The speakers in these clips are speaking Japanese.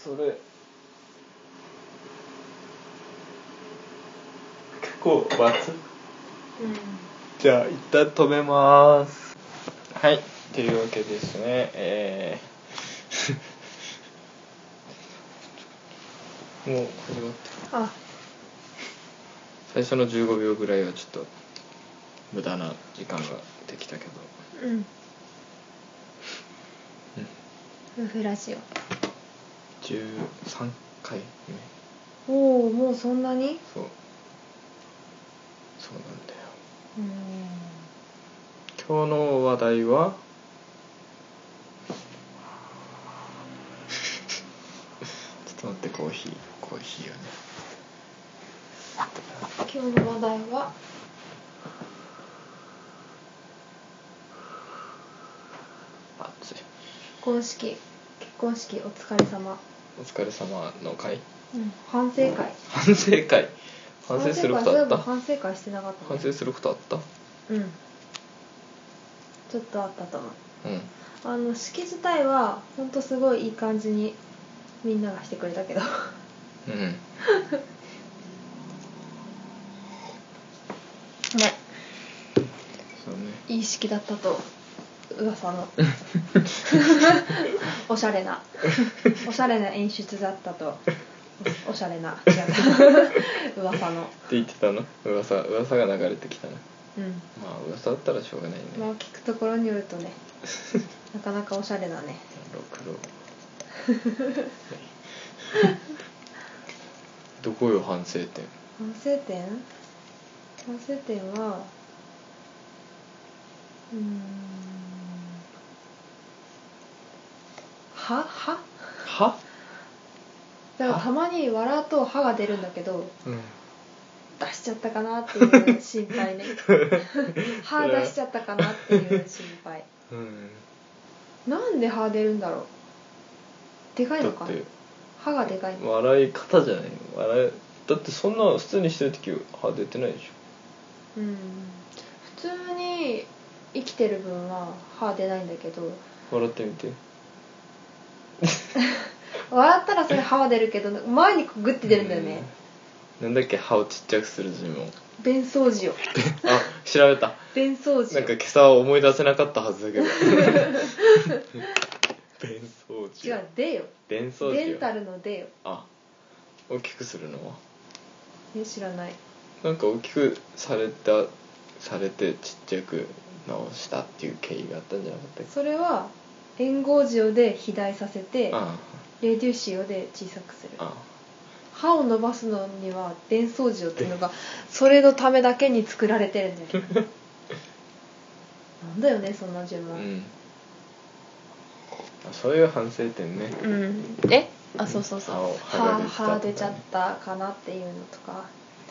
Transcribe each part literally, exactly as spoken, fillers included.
それ結構バツ、うん、じゃあ一旦止めます。はいというわけですね。えー、もう始まった。あ最初のじゅうごびょうぐらいはちょっと無駄な時間ができたけど、 うん夫婦ラジオじゅうさんかいめ。 おおもうそんなに。 そうそうなんだよ。 うん今日の話題はちょっと待って、コーヒーコーヒーよね。 今日の話題は熱い結婚式結婚式お疲れ様お疲れ様の会、 うん、反省会反省会反省することあった。 反省会してなかった、ね、 反省することあった。 うんちょっとあったと思う。 うんあの式自体はほんとすごいいい感じにみんながしてくれたけどうんねそうね、 いい式だったと噂のおしゃれなおしゃれな演出だったとおしゃれな違った噂のって言ってたの。噂噂が流れてきたの。 うんまあ噂だったらしょうがないね。 まあ聞くところによるとねなかなかおしゃれなねろくろどこよ反省点。 反省点反省点はうーんはははだからたまに笑うと歯が出るんだけど、 うん、 出しちゃったかなっていう心配ね歯出しちゃったかなっていう心配、 うん、 なんで歯出るんだろう。でかいのかな。歯がでかいの。 笑い方じゃないの。笑いだってそんな普通にしてる時歯出てないでしょ。うん普通に生きてる分は歯出ないんだけど。 笑ってみて笑ったらそれ歯は出るけど前にグッて出るんだよね。 なんだっけ歯をちっちゃくする呪文。 弁掃除をあ調べた。 弁掃除なんか今朝は思い出せなかったはずだけど弁掃除違うでよ。 弁掃除デンタルのでよ。 あ大きくするのはえ知らない。 なんか大きくされたされてちっちゃく直したっていう経緯があったんじゃなかったっけ。 それは円号塩で肥大させてああレデュー塩で小さくする。 ああ歯を伸ばすのには電装塩っていうのがそれのためだけに作られてるんだよなんだよねそんな順番、うん、 そういう反省点ね、 うん、えあそうそうそう歯が歯出ちゃったかなっていうのとか、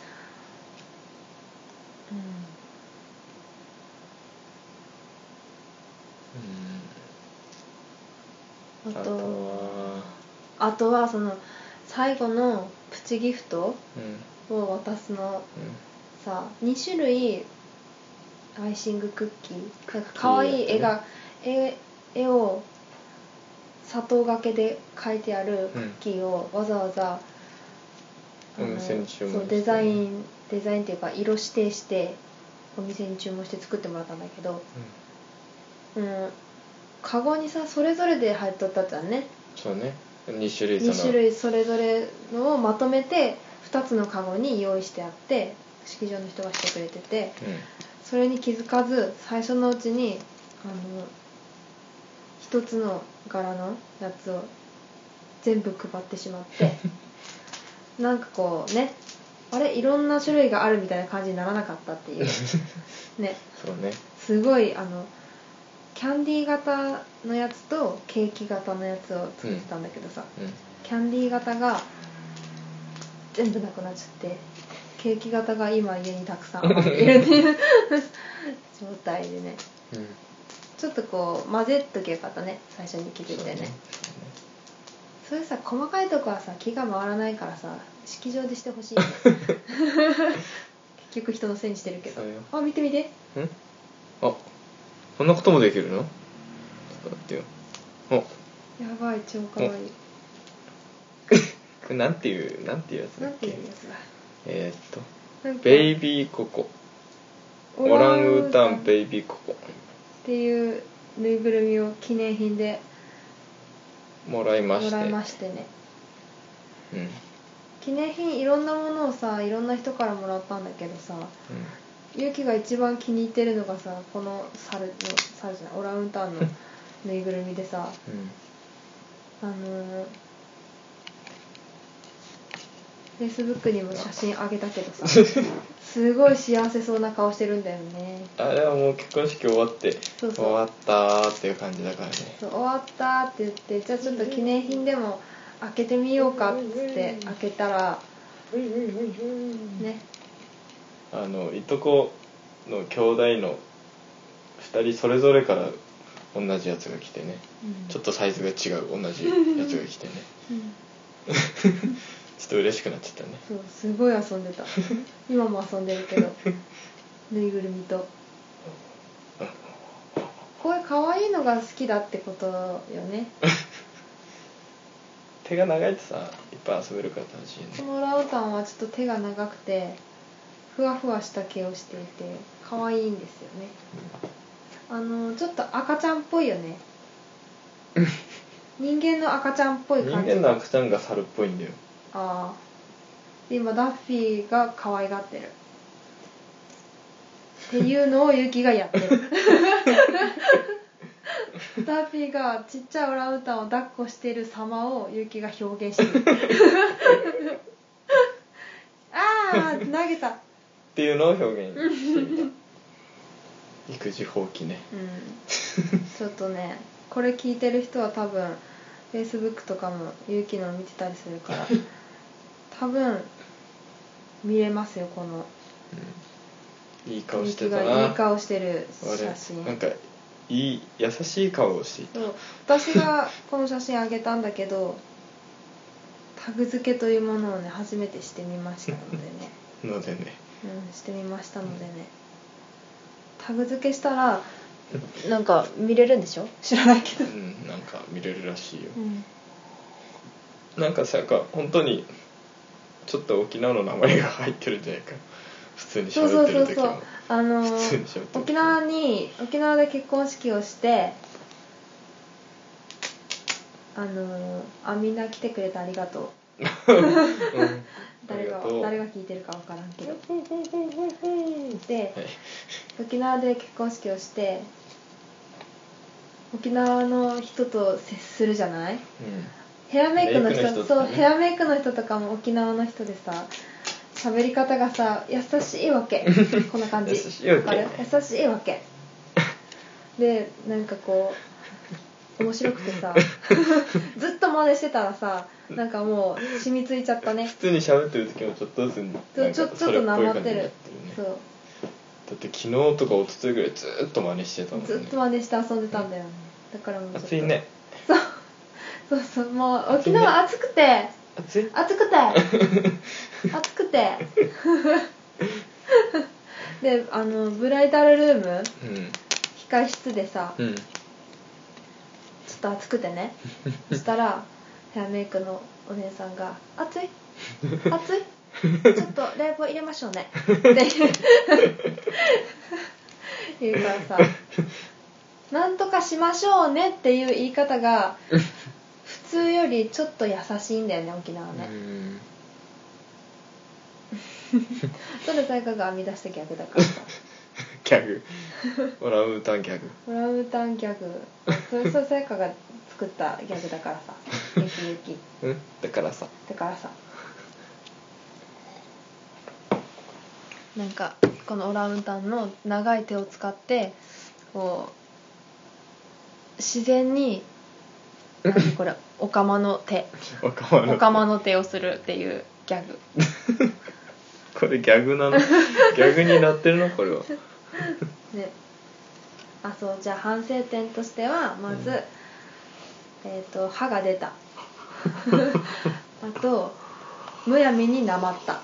うん、あとはあとはその最後のプチギフトを渡すの、うん、さに種類アイシングクッキーなんか可愛い絵が、ね、絵, 絵を砂糖がけで描いてあるクッキーをわざわざ、うん、あのそうデザインデザインっていうか色指定してお店に注文して作ってもらったんだけど、うんうん、カゴにさそれぞれで入っとったじゃんね。 そうねに種類そのに種類それぞれのをまとめてふたつのカゴに用意してあって式場の人がしてくれてて、うん、それに気づかず最初のうちにあの一つの柄のやつを全部配ってしまってなんかこうねあれいろんな種類があるみたいな感じにならなかったっていうねそうねすごいあのキャンディー型のやつとケーキ型のやつを作ってたんだけどさ、うんうん、キャンディー型が全部なくなっちゃってケーキ型が今家にたくさん余っているっていう状態でね、うん、ちょっとこう混ぜっときゃよかったね最初に気づいてね。そうねそういうさ細かいとこはさ気が回らないからさ式場でしてほしい、ね、結局人のせいにしてるけどあ見て見てんあそんなこともできるの？ちょっと待ってよ。おやばい超かわいい。 れなんていうなんていうやつだっけ。 なんていうやつだ。 えー、っとベイビーココ、オランウータンベイビーココっていうぬいぐるみを記念品でもらいましてもらいましてね。 うん。 記念品いろんなものをさいろんな人からもらったんだけどさ、うん、ゆうきが一番気に入ってるのがさこの猿の猿じゃないオランウータンのぬいぐるみでさ、うん、あのー、フェイスブックにも写真あげたけどさすごい幸せそうな顔してるんだよね。 あれはもう結婚式終わってそうそう終わったーっていう感じだからね。 そう終わったーって言ってじゃあちょっと記念品でも開けてみようかっつって開けたらね、 あのいとこの兄弟のふたりそれぞれから同じやつが来てね、うん、ちょっとサイズが違う同じやつが来てね、うん、ちょっと嬉しくなっちゃったね。 そうすごい遊んでた今も遊んでるけどぬいぐるみとこういう可愛いのが好きだってことよね手が長いとさいっぱい遊べるから楽しいね。 このオランウータンはちょっと手が長くてふわふわした毛をしていて可愛いんですよね、うん、あのちょっと赤ちゃんっぽいよね人間の赤ちゃんっぽい感じ。 人間の赤ちゃんが猿っぽいんだよ。 ああ今ダッフィーが可愛がってるっていうのをユキがやってるダッフィーがちっちゃいオランウータンを抱っこしている様をユキが表現してるああ投げたっていうのを表現してみた育児放棄ね、 うん、ちょっとねこれ聞いてる人は多分 Facebook とかもユキの見てたりするから多分見れますよこの、 うん、いい顔してたな。 いい顔してる写真。 なんかいい優しい顔をしていた。 そう私がこの写真あげたんだけどタグ付けというものをね初めてしてみましたのでねのでね、 うん、してみましたのでね、タグ付けしたらなんか見れるんでしょ知らないけど、 うん、なんか見れるらしいよ、 うん、 なんかさ本当にちょっと沖縄の名前が入ってるんじゃないか普通に喋ってる時も。そうそうそうそうあのー、沖縄に沖縄で結婚式をしてあのー、あみんな来てくれてありがとう、うん、誰が誰が聞いてるか分からんけどで、はい、沖縄で結婚式をして沖縄の人と接するじゃない、うん、ヘアメイクの 人, の人、ね、そうヘアメイクの人とかも沖縄の人でさ喋り方がさ優しいわけこんな感じ優しいわけ優しいわけでなんかこう面白くてさずっと真似してたらさなんかもう染みついちゃったね。 普通に喋ってる時もちょっとずつなんかそれっぽい感じになってるね。ちょっとなまってる。そうだって昨日とか一昨日ぐらいずっと真似してたもんね。ずっと真似して遊んでたんだよね。だからもう暑いね。そうそうそうもう沖縄暑くて暑い暑くて暑くてであのブライダルルーム、うん、控室でさ、うん、ちょっと暑くてねそしたらヘアメイクのお姉さんが暑い暑いちょっと冷房入れましょうねって言うからさなんとかしましょうねっていう言い方が普通よりちょっと優しいんだよね沖縄ね。うんそれさやかが編み出したギャグだからさギャグオランウータンギャグオランウータンギャグそれさやかが作ったギャグだからさゆきゆきうんだからさだからさなんかこのオランウータンの長い手を使ってこう自然にこれおかまの手おかまの手をするっていうギャグこれギャグなのギャグになってるのこれはねあそうじゃあ反省点としてはまず、うん、えっと歯が出たあとむやみになまった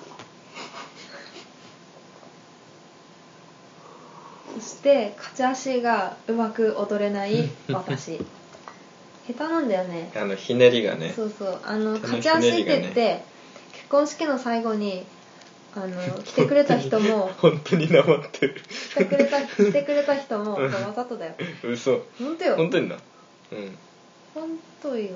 そして勝ち足がうまく踊れない私下手なんだよね。 あのひねりがね。 そうそうあの勝ち足って言って、ね、結婚式の最後にあの来てくれた人も本当になまってる来てくれた来てくれた人もわざとだよ。 嘘。 本当よ。 本当にな。うん。 本当よ。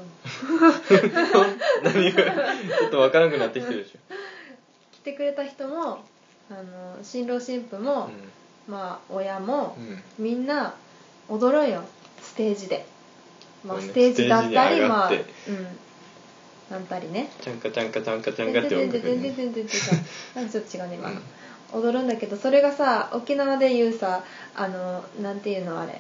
何がちょっとわからなくなってきてるでしょ。 来てくれた人もあの新郎新婦も、うん、まあ親も、うん、みんな踊るんよステージで。まあ、ステージだったりまあうんなんたりね。 ちゃんかちゃんかちゃんかちゃんかって音楽ね。 なんかちょっと違うね今の、うん、踊るんだけどそれがさ沖縄で言うさあのなんていうのあれ。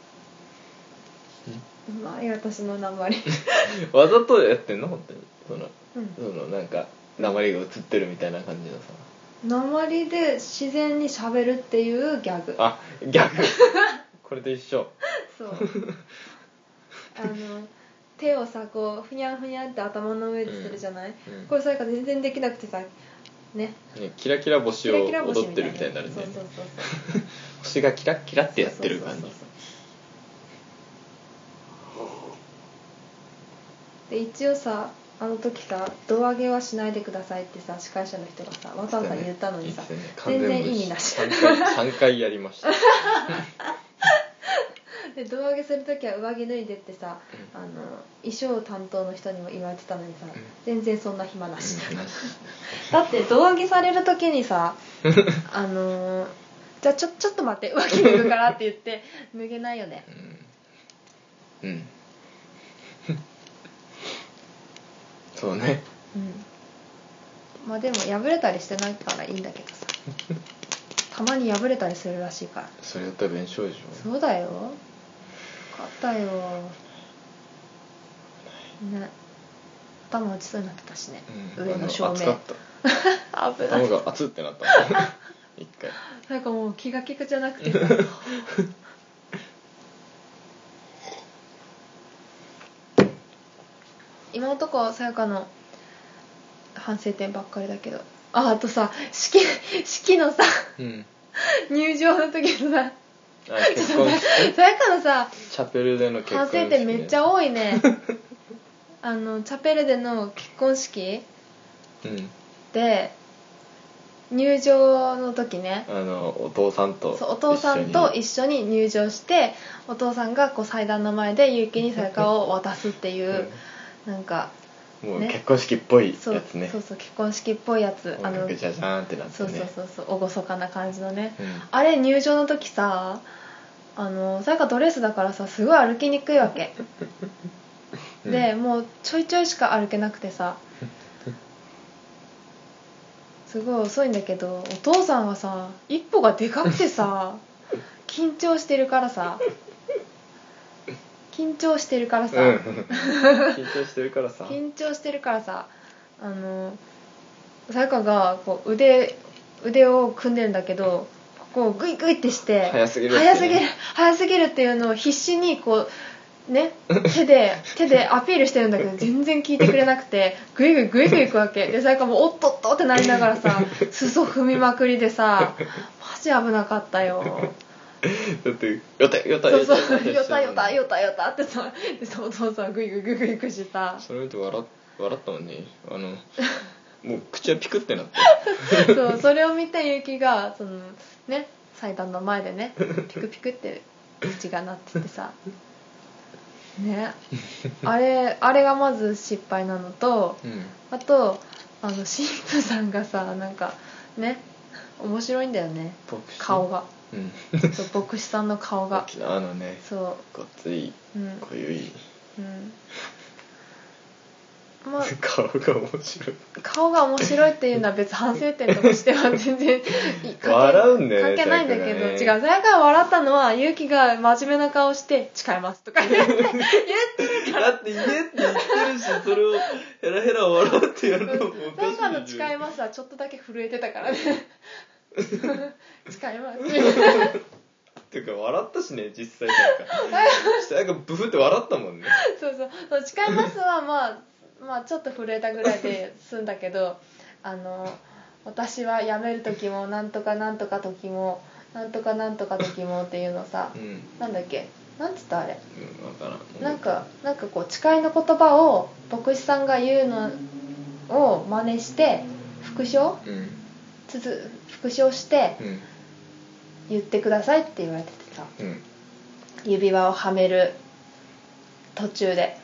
まあ私のなまりわざとやってんの本当にその、うん、そのなんかなまりが映ってるみたいな感じのさ。 なまりで自然に喋るっていうギャグ。 あギャグこれと一緒。 そうあの手をさこうふにゃふにゃって頭の上でするじゃない、うんうん、これそれから全然できなくてさねねキラキラ星を踊ってるみたいになるね。そうそうそうそう星がキラキラってやってる感じ。 で一応さあの時さ胴上げはしないでくださいってさ司会者の人がさわざわざ言ったのにさ、ねね、全然意味なし。 さんかい, さんかいやりましたで胴上げするときは上着脱いでってさ、うん、あの衣装担当の人にも言われてたのにさ、うん、全然そんな暇なし、うん、だって胴上げされるときにさあのー、じゃあちょちょっと待って上着脱ぐからって言って脱げないよね。 うん、うん、そうね。 うんまあでも破れたりしてないからいいんだけどさたまに破れたりするらしいから。 それやったら弁償でしょ。 そうだよ分かったよね。頭打ちそうになってたしね、うん、上の照明熱かった危ない。 頭が熱ってなった一回なんかもう気が利くじゃなくてさ今のとこさやかの反省点ばっかりだけど あ, あとさ式式のさ、うん、入場の時のさあ結婚式さやかのさチャペルでの結婚式、ね、 反省点めっちゃ多いねあのチャペルでの結婚式、うん、で入場の時ねあのお父さんとそうお父さんと一緒に入場してお父さんがこう祭壇の前で結城にさやかを渡すっていう、うん、なんかもう結婚式っぽいやつね。 そうそうそう結婚式っぽいやつあのジャジャーンってなってね。 そうそうそうそう厳かな感じのね、うん、あれ入場の時さあのさやかドレスだからさすごい歩きにくいわけ、うん、でもうちょいちょいしか歩けなくてさすごい遅いんだけどお父さんはさ一歩がでかくてさ緊張してるからさ緊張してるからさ、うん、 緊張してるからさ緊張してるからさあのさやかがこう 腕, 腕を組んでるんだけどこうグイグイってして早すぎる、 ね、早すぎる早すぎるっていうのを必死にこうね手で手でアピールしてるんだけど全然聞いてくれなくてグイグイグイグイいくわけでさやかもおっとっとってなりながらさ裾踏みまくりでさマジ危なかったよだってよたよたよたよたよたよたよたってさお父さんグイグイグイグイいくしさそれ見て笑笑ったもんねあのもう口はピクってなってそうそれを見てゆきがそのね祭壇の前でねピクピクって口がなっててさねあれあれがまず失敗なのと、うん、あとあの神父さんがさなんかね面白いんだよね顔が、うん、そう牧師さんの顔が沖縄のねそうごっつい濃ゆい、うんうんまあ、顔が面白い顔が面白いっていうのは別反省点としては全然笑うんだよね関係ないんだけど違うさやかが笑ったのはゆうきが真面目な顔して誓いますとか言って言ってるからだって言えって言ってるしそれをヘラヘラ笑ってやるのもおかしいさやかの誓いますはちょっとだけ震えてたからね誓いますっていうか笑ったしね実際なんかなんかブフって笑ったもんねそうそうそう誓いますはまあまあちょっと震えたぐらいで済んだけどあの私は辞める時もなんとかなんとか時もなんとかなんとか時もっていうのさ、うん、なんだっけなんつったあれ、 うん、分からん。 なんかなんかこう誓いの言葉を牧師さんが言うのを真似して復唱、うん、つづ復唱して言ってくださいって言われててさ、うん、指輪をはめる途中で、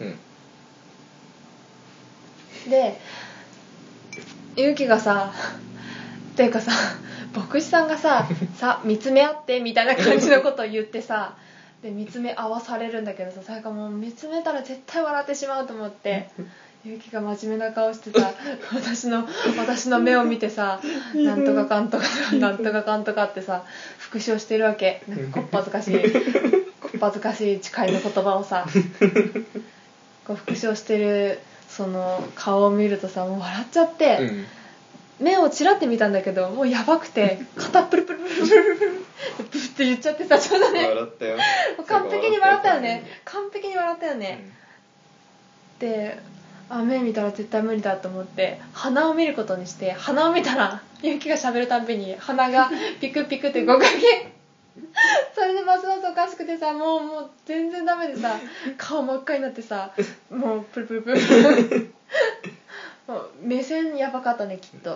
うん、でゆうきがさっていうかさ牧師さんがささ見つめ合ってみたいな感じのことを言ってさで見つめ合わされるんだけどさ、さやかもう見つめたら絶対笑ってしまうと思ってゆうきが真面目な顔してさ私の私の目を見てさなんとかかんとかなんとかかんとかってさ復唱してるわけ。なんかこっぱずかしいこっぱずかしい誓いの言葉をさこう復唱してるその顔を見るとさもう笑っちゃって、うん目をチラって見たんだけどもうやばくて肩プルプルプルプルプルプルって言っちゃってさちょうどね笑ったよ完璧に笑ったよね完璧に笑ったよね、うん、であ目見たら絶対無理だと思って鼻を見ることにして鼻を見たらゆうきが喋るたんびに鼻がピクピクってごかけそれでますますおかしくてさもうもう全然ダメでさ顔真っ赤になってさもうプルプルプルプル目線やばかったねきっと、うん、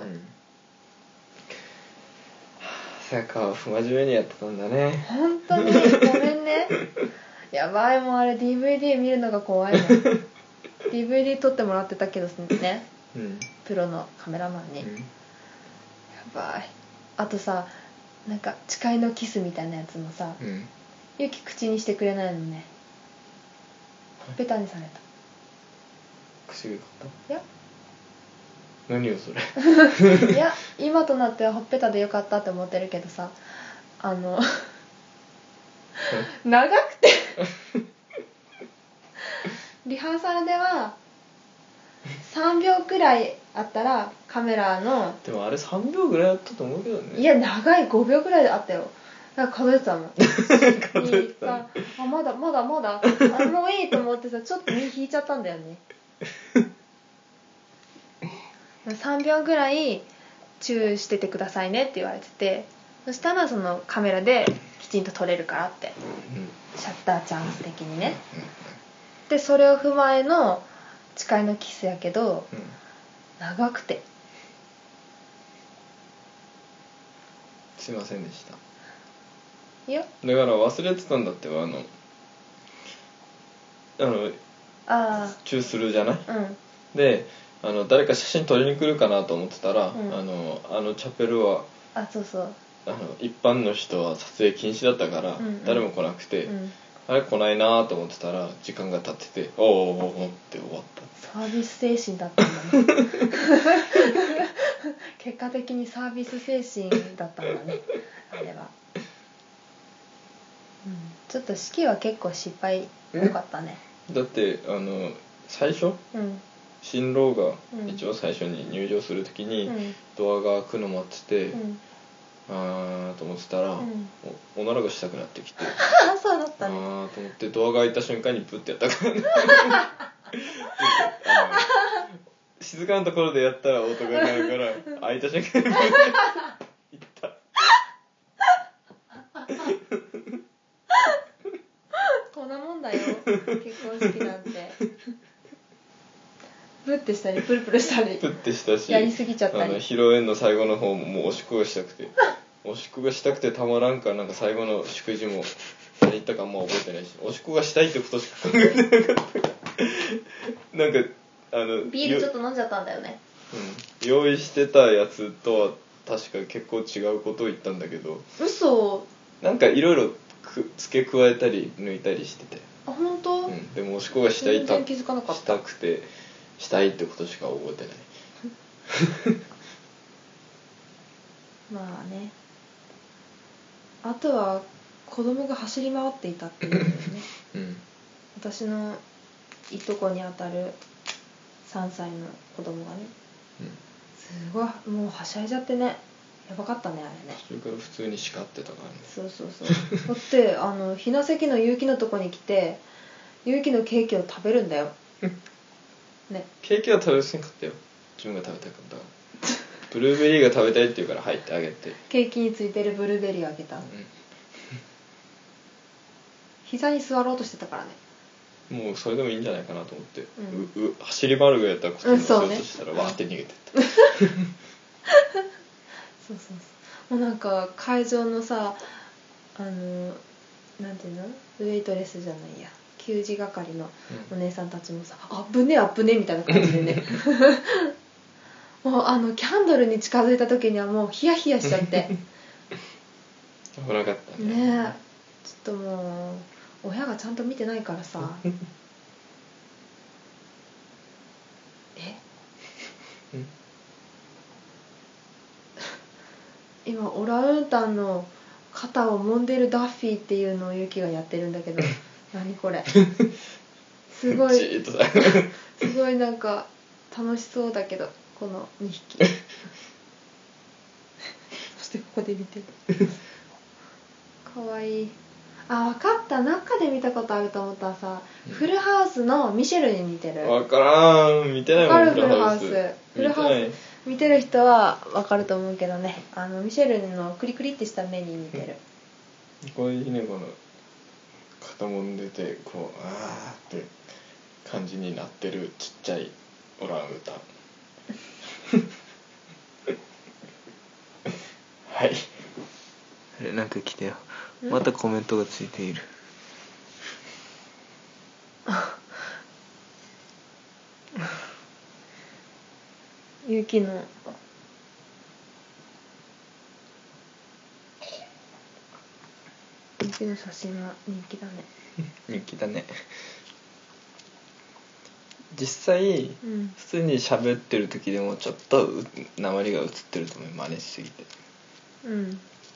さやかは不真面目にやってたんだね本当にごめんねやばいもうあれ ディーブイディー 見るのが怖いのディーブイディー 撮ってもらってたけどね、うん、プロのカメラマンに、うん、やばい。あとさなんか誓いのキスみたいなやつもさ、うん、ゆき口にしてくれないのねベタにされた口がかったいや何よそれいや今となってはほっぺたでよかったって思ってるけどさあの長くてリハーサルではさんびょうくらいあったらカメラのでもあれさんびょうぐらいあったと思うけどねいや長いごびょうくらいあったよなんか数えてたもん数えてたあまだまだまだあもういいと思ってさちょっと身引いちゃったんだよねさんびょうぐらいチューしててくださいねって言われててそしたらそのカメラできちんと撮れるからって、うん、シャッターチャンス的にね、うん、でそれを踏まえの誓いのキスやけど、うん、長くてすいませんでしたいやだから忘れてたんだってあのあのあチューするじゃない、うん、であの誰か写真撮りに来るかなと思ってたら、うん、あのあのチャペルはあそうそうあの一般の人は撮影禁止だったから、うんうん、誰も来なくて、うん、あれ来ないなと思ってたら時間が経ってておーおーおーって終わったサービス精神だったんだね結果的にサービス精神だったんだねあれは、うん、ちょっと式は結構失敗多かったねだってあの最初、うん新郎が一応最初に入場するときにドアが開くの待ってて、うん、あーと思ってたら、うん、お, おならがしたくなってきてそうだったねあーと思ってドアが開いた瞬間にブッてやったからね静かなところでやったら音が鳴るから開いた瞬間にブッていったこんなもんだよ結婚式なんてプッてしたりプルプルしたりプッてしたしやりすぎちゃったりあの披露宴の最後の方ももうおしっこがしたくておしっこがしたくてたまらんかなんか最後の祝辞も何言ったかあんま覚えてないしおしっこがしたいってことしか考えてなかったなんかあのビールちょっと飲んじゃったんだよね、 うん、用意してたやつとは確か結構違うことを言ったんだけど嘘なんかいろいろ付け加えたり抜いたりしててあ本当、 うん、でもおしっこがしたい全然気づかなかったしたくてしたいってことしか覚えてないまあねあとは子供が走り回っていたっていうね、うん、私のいとこにあたるさんさいの子供がね、うん、すごいもうはしゃいじゃってねやばかったねあれねそれから普通に叱ってたからねそうそうそうだってあのひな席の結城のとこに来て結城のケーキを食べるんだよね、 ケーキは食べさせんかったよ自分が食べたかったからブルーベリーが食べたいって言うから入ってあげてケーキについてるブルーベリーをあげた、うん、 膝に座ろうとしてたからね。 もうそれでもいいんじゃないかなと思って、 うん、 うう走り回るぐらいやったらこっちに乗せようとしたら、 うん、 わーって逃げてったそうそうそう。もうなんか会場のさ、あのなんていうの、ウェイトレスじゃないや、給仕係のお姉さんたちもさ、うん、あぶねあぶねみたいな感じでねもうあのキャンドルに近づいた時にはもうヒヤヒヤしちゃって危なかったね。 ねえ、ちょっともう親がちゃんと見てないからさえ今オランウータンの肩を揉んでるダッフィーっていうのをユキがやってるんだけど何これすごいすごいなんか楽しそうだけど、このにひきそしてここで見てるかわいい。あ、分かった、中で見たことあると思ったらさ、うん、フルハウスのミシェルに似てる。 分からん、見てないもん。 分かる、フルハウス。フルハウス見てる人は分かると思うけどね、あのミシェルのクリクリってした目に似てる。 こういうね、この肩もんでてこうあーって感じになってるちっちゃいオランウータンはい、あれなんか来たよ、またコメントがついているゆきのゆきの写真は人気だね人気だね。実際、うん、普通に喋ってる時でもちょっと訛りが映ってると思う、真似しすぎて。うんうん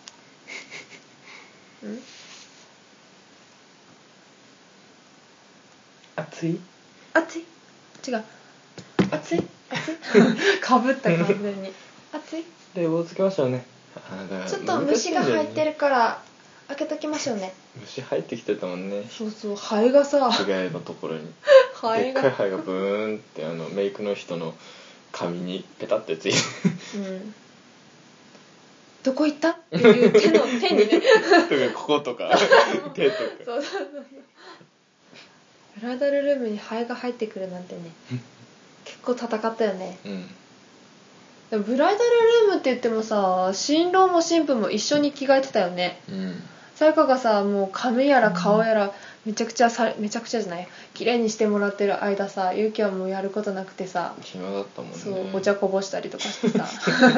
熱い熱い違う熱い熱いかぶった完全に熱い冷房つけましょうね。 ちょっと虫が入ってるから開けときましょうね。 虫入ってきてたもんね。 そうそう、ハエがさ着替えのところにハエがでっかいハエがブーンってあのメイクの人の髪にペタってついてうんどこ行ったっていう手の手にねとかこことか手とかそうそうそうブライダルルームにハエが入ってくるなんてね結構戦ったよね。うんでもブライダルルームって言ってもさ、新郎も新婦も一緒に着替えてたよね。うんさやかがさ、もう髪やら顔やらめちゃくちゃさめちゃくちゃじゃない綺麗にしてもらってる間さ、ゆうきはもうやることなくてさ暇だったもんね。 そうお茶こぼしたりとかしてさ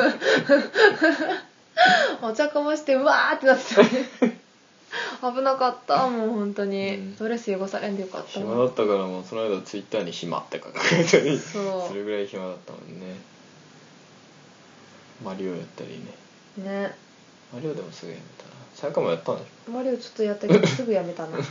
お茶こぼしてうわーってなってたね危なかったもう本当に、うん、ドレス汚されんでよかった暇だったからもうその間ツイッターに暇って書かれたりするぐらい暇だったもんね。マリオやったりね。ねマリオでもすぐやめたな。さやかもやったんでしょ。マリオちょっとやったけどすぐやめたな反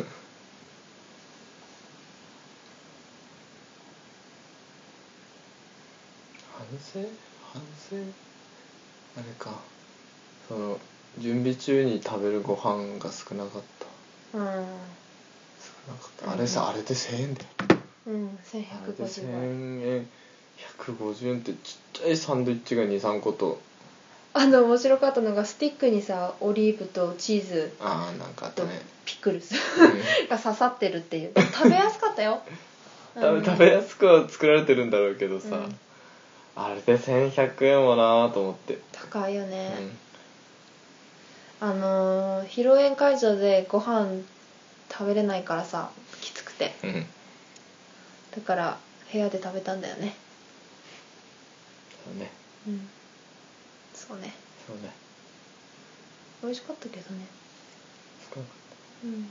省反省あれか、その準備中に食べるご飯が少なかった。うん少なかった、うん、あれさ、あれでせんえんでうんせんひゃくごじゅうえん。 せんえんひゃくごじゅうえんってちっちゃいサンドイッチが に,さん 個とあの面白かったのがスティックにさオリーブとチーズあーなんかあったねピクルス、うん、が刺さってるっていう食べやすかったよ食べ、食べやすくは作られてるんだろうけどさ、うん、あれでせんひゃくえんはなと思って高いよね、うん、あのー、披露宴会場でご飯食べれないからさきつくて、うん、だから部屋で食べたんだよね。 そうねうんそうねそうね美味しかったけどね。 少なかったうん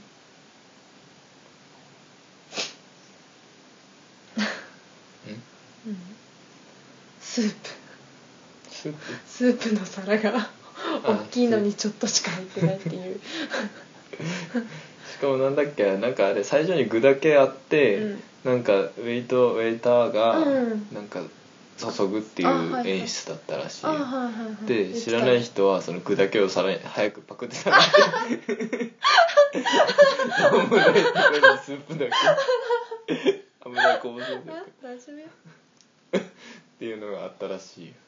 うん、スープスープスープの皿が大きいのにちょっとしか入ってないっていうしかもなんだっけなんかあれ最初に具だけあって、うん、なんかウェイトウェイターがなんか注ぐっていう演出だったらしいよ、はいはい、で知らない人はその具だけをさらに早くパクって食べてオムライスとかにスープだけ油こぼすだけっていうのがあったらしいよ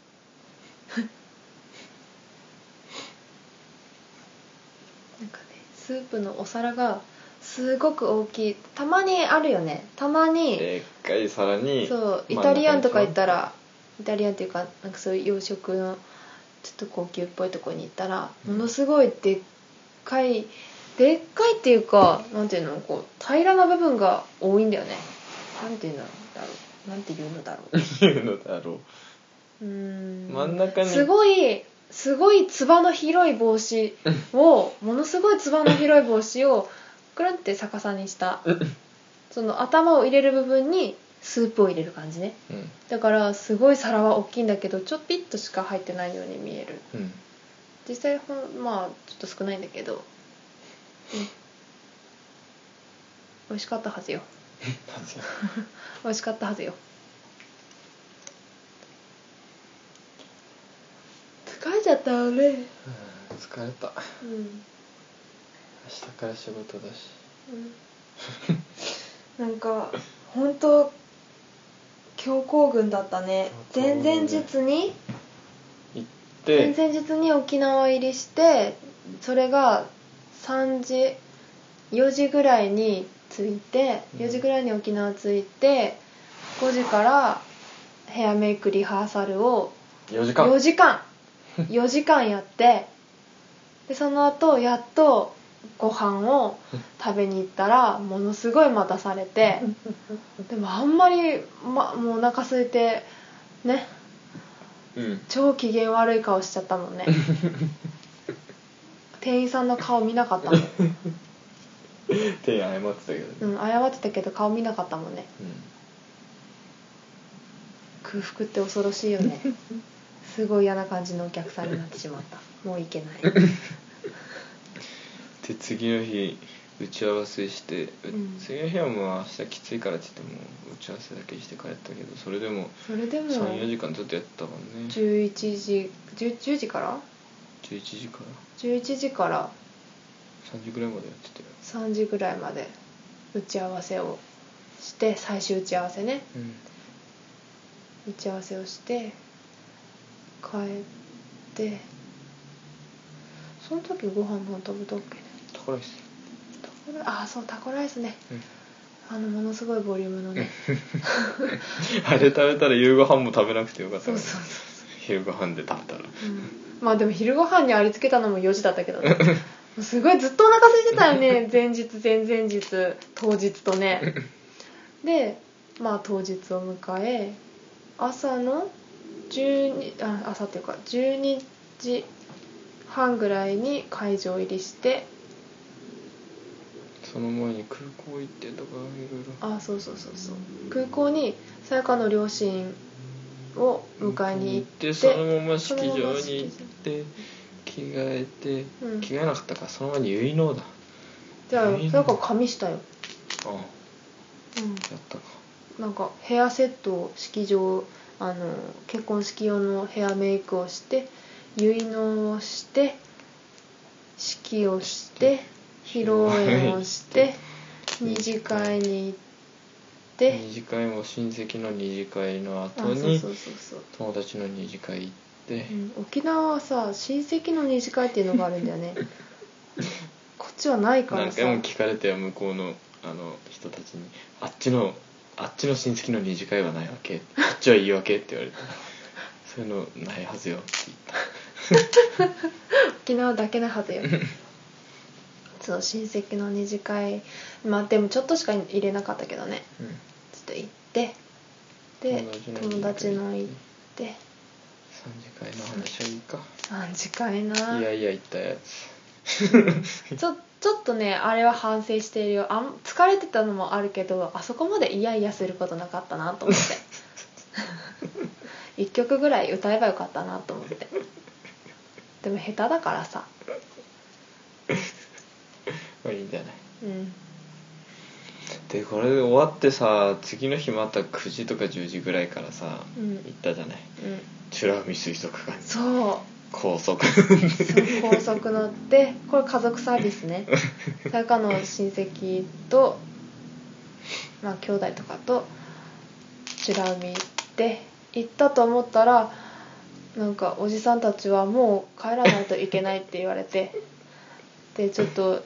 なんかねスープのお皿がすごく大きい。たまにあるよね。たまにでっかい皿にそうイタリアンとか行ったら、イタリアンっていうかなんかそういう洋食のちょっと高級っぽいところに行ったら、ものすごいでっかいでっかいっていうか、なんていうの、こう平らな部分が多いんだよね。なんていうんだろう、なんていうのだろういうのだろう。うーん真ん中にすごいすごいつばの広い帽子をものすごいつばの広い帽子をくるんって逆さにしたその頭を入れる部分にスープを入れる感じね、 うん、 だからすごい皿は大きいんだけどちょっぴっとしか入ってないように見える、 うん、 実際ほんまあちょっと少ないんだけど、うん、美味しかったはずよ美味しかったはずよ。疲れちゃったよね、うん、 疲れた、 うん、明日から仕事だし、 うん、なんか本当強行軍だったね。前々日に行って前々日に沖縄入りして、それがさんじよじぐらいに着いて、よじぐらいに沖縄着いて、ごじからヘアメイクリハーサルをよじかんよじかんよじかんやって、でその後やっとご飯を食べに行ったらものすごい待たされてでもあんまり、ま、もうお腹空いてね、うん、超機嫌悪い顔しちゃったもんね店員さんの顔見なかったもん店員謝ってたけど、 ね、うん、謝ってたけど顔見なかったもんね、うん、空腹って恐ろしいよねすごい嫌な感じのお客さんになってしまった。もう行けないで次の日打ち合わせして、うん、次の日はもう明日きついからって言っても打ち合わせだけして帰ったけど、それでもそれでもさんよじかんずっとやってたもんね。 じゅういちじ 10, 10時からじゅういちじからじゅういちじからさんじぐらいまでやってたよ。 さんじぐらいまで打ち合わせをして最終打ち合わせね、うん、打ち合わせをして帰ってその時ご飯何食べたっけね。 タコライス。 ああそうタコライスね、うん、あのものすごいボリュームのねあれ食べたら夕ご飯も食べなくてよかった、ね、 そうそうそう昼ご飯で食べたら、うん、 まあでも昼ご飯にありつけたのもよじだったけどねすごいずっとお腹空いてたよね前日前々日当日とねでまあ当日を迎え朝のじゅうにあ朝っていうかじゅうにじはんぐらいに会場入りして、 その前に空港行ってとかいろいろ、 あそうそうそうそう空港にさやかの両親を迎えに行って、 そのまま式場に行って着替えて、うん、着替えなかったかその前に結納だ。 じゃあなんか髪したよ。 ああ、うん、やったか。 なんかヘアセットを式場あの結婚式用のヘアメイクをして結納をして式をして披露宴をして二次会に行って二次会も親戚の二次会の後に友達の二次会行って、 うん、沖縄はさ親戚の二次会っていうのがあるんだよねこっちはないからさ。 何回も聞かれては向こうのあの人たちにあっちのあっちの親戚の二次会はないわけ、こっちは言い訳って言われてそういうのないはずよって言った沖縄だけなはずよそう親戚の二次会、まあでもちょっとしか入れなかったけどね、うん、ちょっと行ってで友達の行って三次会の話はいいか。 三次会ないやいや行ったやつちょちょっとねあれは反省しているよ。あん疲れてたのもあるけどあそこまでイヤイヤすることなかったなと思って一曲ぐらい歌えばよかったなと思って。でも下手だからさまあいいんじゃない。 うんでこれで終わってさ次の日またくじとかじゅうじぐらいからさ、うん、行ったじゃない、うん、美ら海水族館に。 そう高速高速乗ってこれ家族サービスねさやかの親戚とまあ兄弟とかと美ら海行って行ったと思ったらなんかおじさんたちはもう帰らないといけないって言われてでちょっと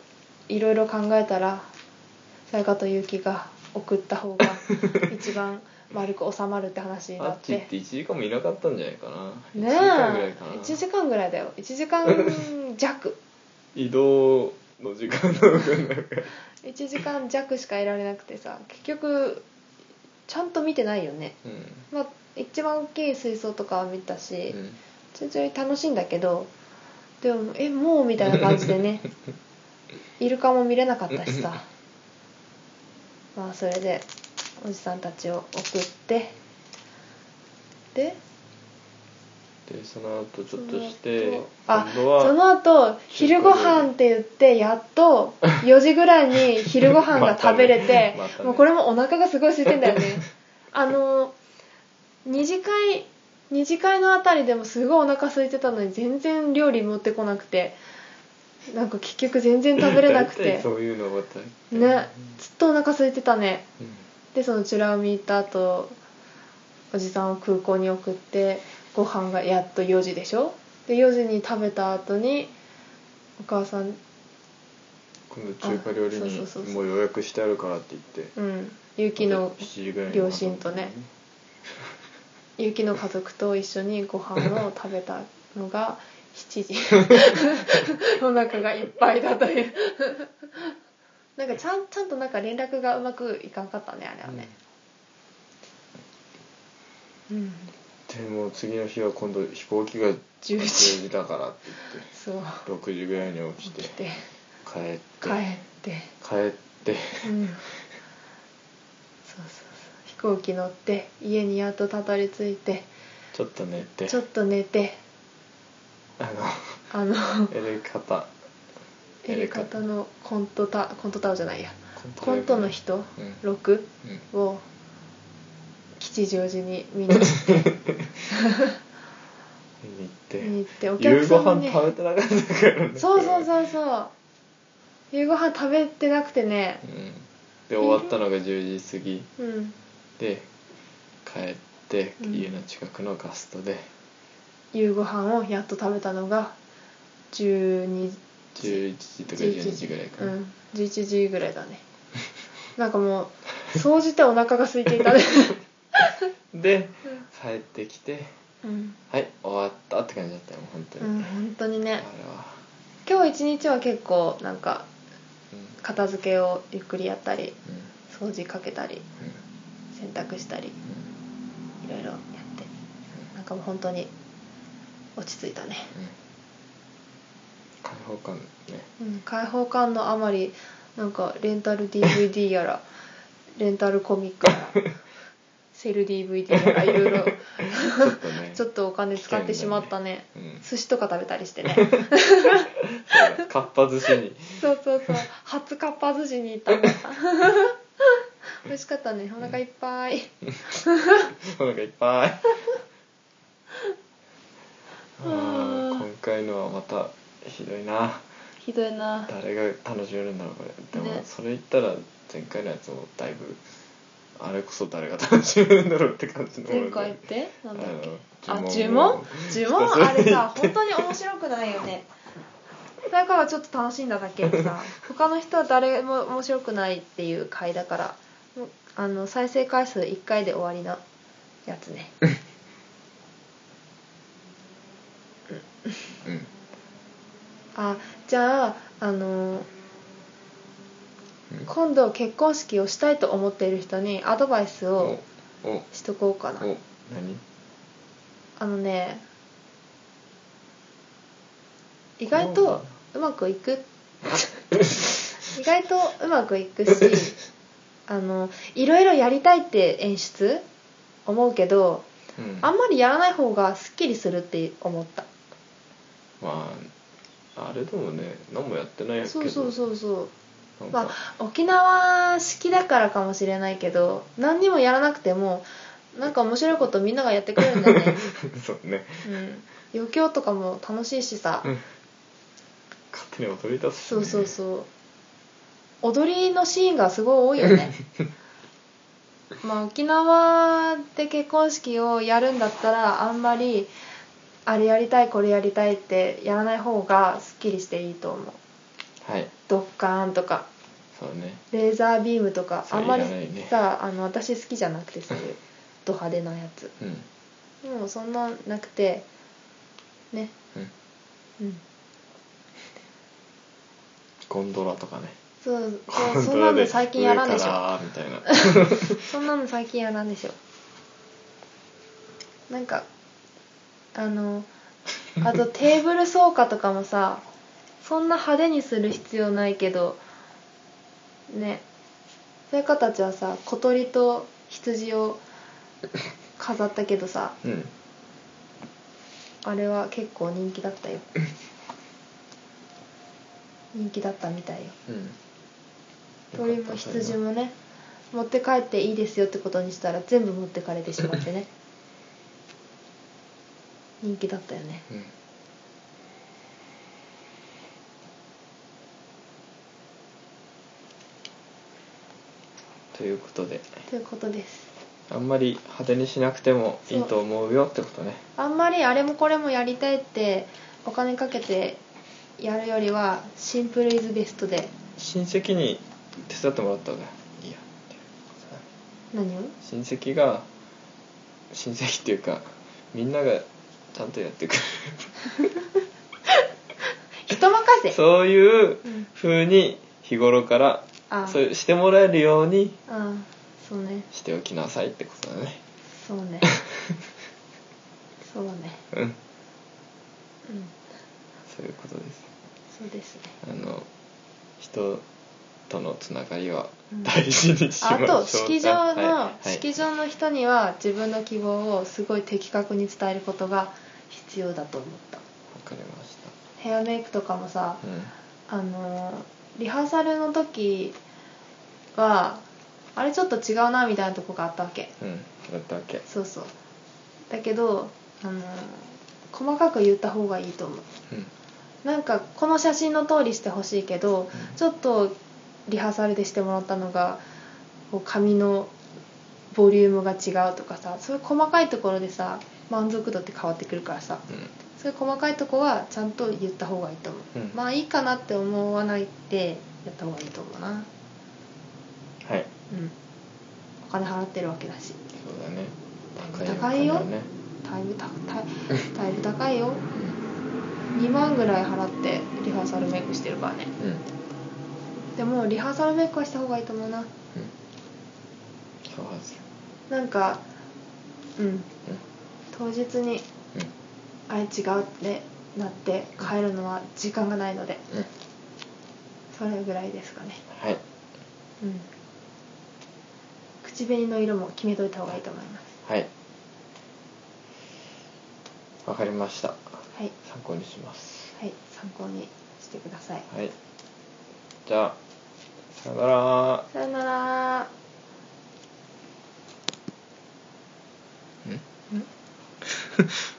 いろいろ考えたらさやかとゆうきが送った方が一番丸く収まるって話になって。 あっちっていちじかんもいなかったんじゃないかな。 ねえ、 いちじかんぐらいかな。 いちじかんぐらいだよ。いちじかん弱移動の時間の分だからいちじかん弱しかいられなくてさ、結局ちゃんと見てないよね、 うん、 まあ一番大きい水槽とかは見たし、うん、ちょいちょい楽しいんだけど、でもえもうみたいな感じでねイルカも見れなかったしさまあそれでおじさんたちを送ってででその後ちょっとしてあその後昼ご飯って言ってやっとよじぐらいに昼ご飯が食べれてまたねまたね、もうこれもお腹がすごい空いてんだよねあの二次会二次会のあたりでもすごいお腹空いてたのに全然料理持ってこなくて、なんか結局全然食べれなくてそういうのまたね、ずっとお腹空いてたね、うん、でそのチュラ海行った後おじさんを空港に送ってご飯がやっとよじでしょ。でよじに食べた後にお母さん今度中華料理にもう予約してあるからって言って、 うんゆうきの両親とねゆうきの家族と一緒にご飯を食べたのがしちじお腹がいっぱいだというなんかちゃん、ちゃんとなんか連絡がうまくいかんかったねあれはね、うん、うんでも次の日は今度飛行機がじゅうじだからって言ってそうろくじぐらいに起きて、起きて帰って帰って帰って、 うん、そうそうそう飛行機乗って家にやっとたどり着いてちょっと寝てちょっと寝てあのあのエレカタエレカタのコントタコントタオじゃないやコントの人、うん、ろくを吉祥寺に見に行って見に行って見に行ってお客さんも、ね、 夕ご飯食べてなかったからねそうそうそうそう夕ご飯食べてなくてね、 うん、で終わったのがじゅうじ過ぎ、うん、で帰って家の近くのガストで、 うん、夕ご飯をやっと食べたのがじゅうにじじゅういちじとかじゅうにじぐらいかな、うん、 じゅういちじぐらいだねなんかもう総じてお腹が空いていたねで帰ってきて、 うん、 はい終わったって感じだったよ本当に、 うん、本当にねあれは今日一日は結構なんか片付けをゆっくりやったり、うん、掃除かけたり、うん、洗濯したり、うん、いろいろやって、うん、なんかもう本当に落ち着いたね、うん、 開放感ね、 うん、開放感のあまりなんかレンタル ディーブイディー やらレンタルコミックやらセル ディーブイディー やらいろいろちょっとお金使ってしまったね、うん、寿司とか食べたりしてねそうかっぱ寿司にそうそうそう初かっぱ寿司に行ったんだ美味しかったねお腹いっぱいお腹いっぱいあ今回のはまたひどいなひどいな誰が楽しめるんだろうこれでも、ね、それ言ったら前回のやつもだいぶあれこそ誰が楽しめるんだろうって感じの前回ってなんだっけあ呪文呪文あれさ本当に面白くないよねそれからちょっと楽しんだだけでさ他の人は誰も面白くないっていう回だからあの再生回数いっかいで終わりなやつねうん、あじゃああの今度結婚式をしたいと思っている人にアドバイスをしとこうかな。 おお何？ あのね意外とうまくいく意外とうまくいくしあのいろいろやりたいって演出思うけど、うん、あんまりやらない方がすっきりするって思った。 まああれでもね何もやってないけどそうそうそうそうまあ、沖縄式だからかもしれないけど何にもやらなくてもなんか面白いことみんながやってくれるんだねそうね、 うん、余興とかも楽しいしさ、うん、 勝手に踊り出すし、 ね、そうそうそう踊りのシーンがすごい多いよねまあ沖縄で結婚式をやるんだったらあんまりあれやりたいこれやりたいってやらない方がすっきりしていいと思う。 はい、 ドッカーンとかそうね、 レーザービームとかあんまりね、 さあの私好きじゃなくてそういうド派手なやつ、うん、もうそんななくてね、うん、うん、 ゴンドラとかね、 そうそうそんなの最近やらんでしょみたいなそんなの最近やらんでしょ。なんかあのあとテーブル操作とかもさそんな派手にする必要ないけどね、そういう子たちはさ小鳥と羊を飾ったけどさ、うん、あれは結構人気だったよ人気だったみたいよ、うん、鳥も羊もね持って帰っていいですよってことにしたら全部持ってかれてしまってね人気だったよね、うん、 ということでということです。 あんまり派手にしなくてもいいと思うよってことね。 あんまりあれもこれもやりたいってお金かけてやるよりはシンプルイズベストで親戚に手伝ってもらった方がいいやっていうことだ。何を？ 親戚が親戚っていうかみんながちゃんとやってくれる人任せそういう風に日頃からそういうしてもらえるようにああそうねしておきなさいってことだね。 そうねそうだねうん、うん、そういうことです。 そうですね。 あの人とのつながりは大事にしましょう、うん、 あと式場の、はい、式場の人には自分の希望をすごい的確に伝えることが必要だと思った。わかりました。 ヘアメイクとかもさ、うん、あのリハーサルの時はあれちょっと違うなみたいなとこがあったわけ。 うん、あったわけ。 そうそう。だけどあの細かく言った方がいいと思う。うん、なんかこの写真の通りしてほしいけど、うん、ちょっとリハーサルでしてもらったのがこう髪のボリュームが違うとかさ、そういう細かいところでさ満足度って変わってくるからさ、うん、そういう細かいとこはちゃんと言った方がいいと思う、うん、まあいいかなって思わないでやった方がいいと思うな。はい、うん、お金払ってるわけだし。 そうだね、 高いよ、ね、だいぶ高いだいぶ高いよにまんぐらい払ってリハーサルメイクしてるからね、うん、でもリハーサルメイクはした方がいいと思うな、うん、 そうですよ。 なんかうん、うん、当日に、うん、あれ違うってなって帰るのは時間がないので、うん、それぐらいですかね。はい、うん、口紅の色も決めといた方がいいと思います。 はい、わかりました。 はい、 参考にします。 はい、参考にしてください。 はい、じゃあさよなら。 さよなら。ん？ん？